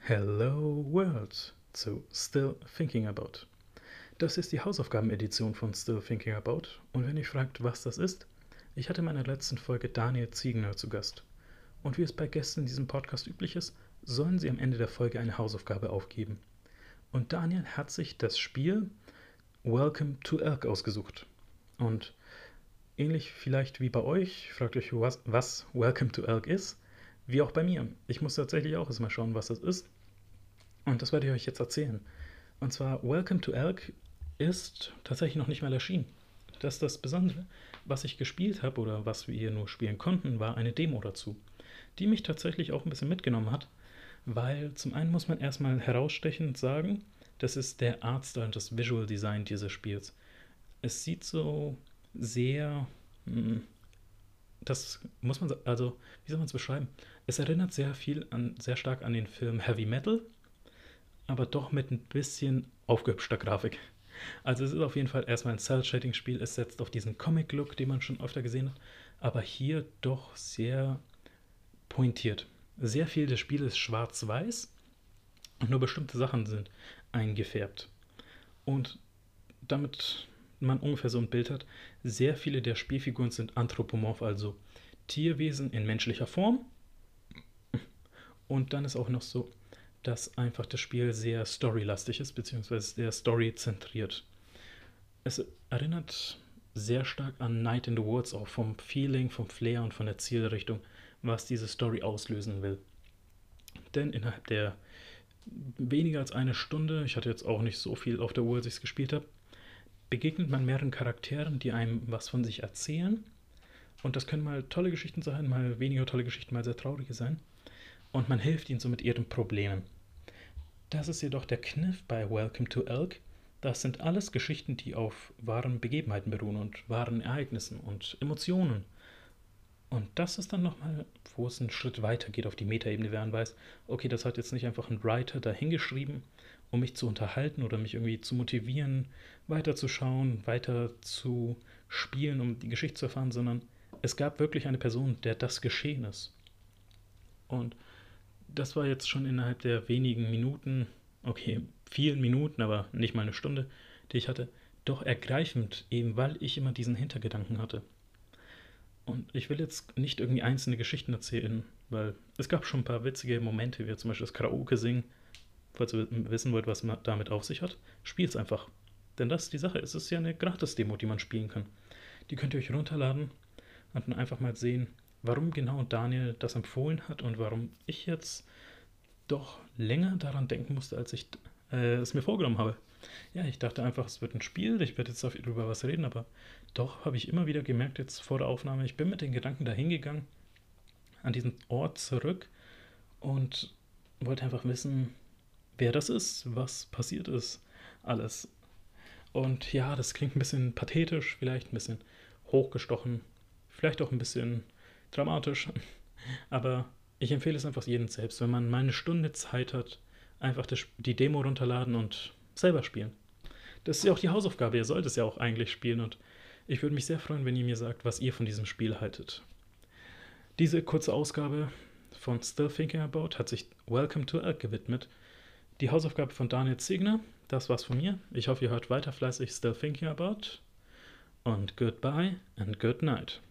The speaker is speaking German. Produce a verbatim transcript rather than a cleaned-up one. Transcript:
Hello World zu Still Thinking About. Das ist die Hausaufgabenedition von Still Thinking About und wenn ihr fragt, was das ist, ich hatte in meiner letzten Folge Daniel Ziegner zu Gast. Und wie es bei Gästen in diesem Podcast üblich ist, sollen sie am Ende der Folge eine Hausaufgabe aufgeben. Und Daniel hat sich das Spiel Welcome to Elk ausgesucht. Und ähnlich vielleicht wie bei euch, fragt euch, was, was Welcome to Elk ist, wie auch bei mir. Ich muss tatsächlich auch erstmal schauen, was das ist. Und das werde ich euch jetzt erzählen. Und zwar, Welcome to Elk ist tatsächlich noch nicht mal erschienen. Das ist das Besondere. Was ich gespielt habe oder was wir nur spielen konnten, war eine Demo dazu, die mich tatsächlich auch ein bisschen mitgenommen hat, weil zum einen muss man erstmal herausstechend sagen, das ist der Artstyle und das Visual Design dieses Spiels. Es sieht so sehr, das muss man, also wie soll man es beschreiben? Es erinnert sehr viel an, sehr stark an den Film Heavy Metal, aber doch mit ein bisschen aufgehübschter Grafik. Also es ist auf jeden Fall erstmal ein Cell-Shading-Spiel, es setzt auf diesen Comic-Look, den man schon öfter gesehen hat, aber hier doch sehr pointiert. Sehr viel des Spiels ist schwarz-weiß und nur bestimmte Sachen sind eingefärbt. Und damit man ungefähr so ein Bild hat, sehr viele der Spielfiguren sind anthropomorph, also Tierwesen in menschlicher Form. Und dann ist auch noch so, dass einfach das Spiel sehr storylastig ist, beziehungsweise sehr storyzentriert. Es erinnert sehr stark an Night in the Woods, auch vom Feeling, vom Flair und von der Zielrichtung, was diese Story auslösen will. Denn innerhalb der weniger als eine Stunde, ich hatte jetzt auch nicht so viel auf der Uhr, als ich es gespielt habe, begegnet man mehreren Charakteren, die einem was von sich erzählen. Und das können mal tolle Geschichten sein, mal weniger tolle Geschichten, mal sehr traurige sein. Und man hilft ihnen so mit ihren Problemen. Das ist jedoch der Kniff bei Welcome to Elk. Das sind alles Geschichten, die auf wahren Begebenheiten beruhen und wahren Ereignissen und Emotionen. Und das ist dann nochmal, wo es einen Schritt weiter geht auf die Metaebene, wer man weiß, okay, das hat jetzt nicht einfach ein Writer dahingeschrieben, um mich zu unterhalten oder mich irgendwie zu motivieren, weiterzuschauen, weiter zu spielen, um die Geschichte zu erfahren, sondern es gab wirklich eine Person, der das geschehen ist. Und das war jetzt schon innerhalb der wenigen Minuten, okay, vielen Minuten, aber nicht mal eine Stunde, die ich hatte, doch ergreifend, eben weil ich immer diesen Hintergedanken hatte. Und ich will jetzt nicht irgendwie einzelne Geschichten erzählen, weil es gab schon ein paar witzige Momente, wie zum Beispiel das Karaoke singen. Falls ihr wissen wollt, was man damit auf sich hat, spielt's einfach. Denn das ist die Sache, es ist ja eine Gratis-Demo, die man spielen kann. Die könnt ihr euch runterladen und dann einfach mal sehen, warum genau Daniel das empfohlen hat und warum ich jetzt doch länger daran denken musste, als ich äh, es mir vorgenommen habe. Ja, ich dachte einfach, es wird ein Spiel, ich werde jetzt darüber was reden, aber doch habe ich immer wieder gemerkt, jetzt vor der Aufnahme, ich bin mit den Gedanken dahin gegangen, an diesen Ort zurück und wollte einfach wissen, wer das ist, was passiert ist, alles. Und ja, das klingt ein bisschen pathetisch, vielleicht ein bisschen hochgestochen, vielleicht auch ein bisschen dramatisch, aber ich empfehle es einfach jedem selbst, wenn man mal eine Stunde Zeit hat, einfach das, die Demo runterladen und selber spielen. Das ist ja auch die Hausaufgabe, ihr sollt es ja auch eigentlich spielen und ich würde mich sehr freuen, wenn ihr mir sagt, was ihr von diesem Spiel haltet. Diese kurze Ausgabe von Still Thinking About hat sich Welcome to Elk gewidmet. Die Hausaufgabe von Daniel Ziegner, das war's von mir. Ich hoffe, ihr hört weiter fleißig Still Thinking About und goodbye and good night.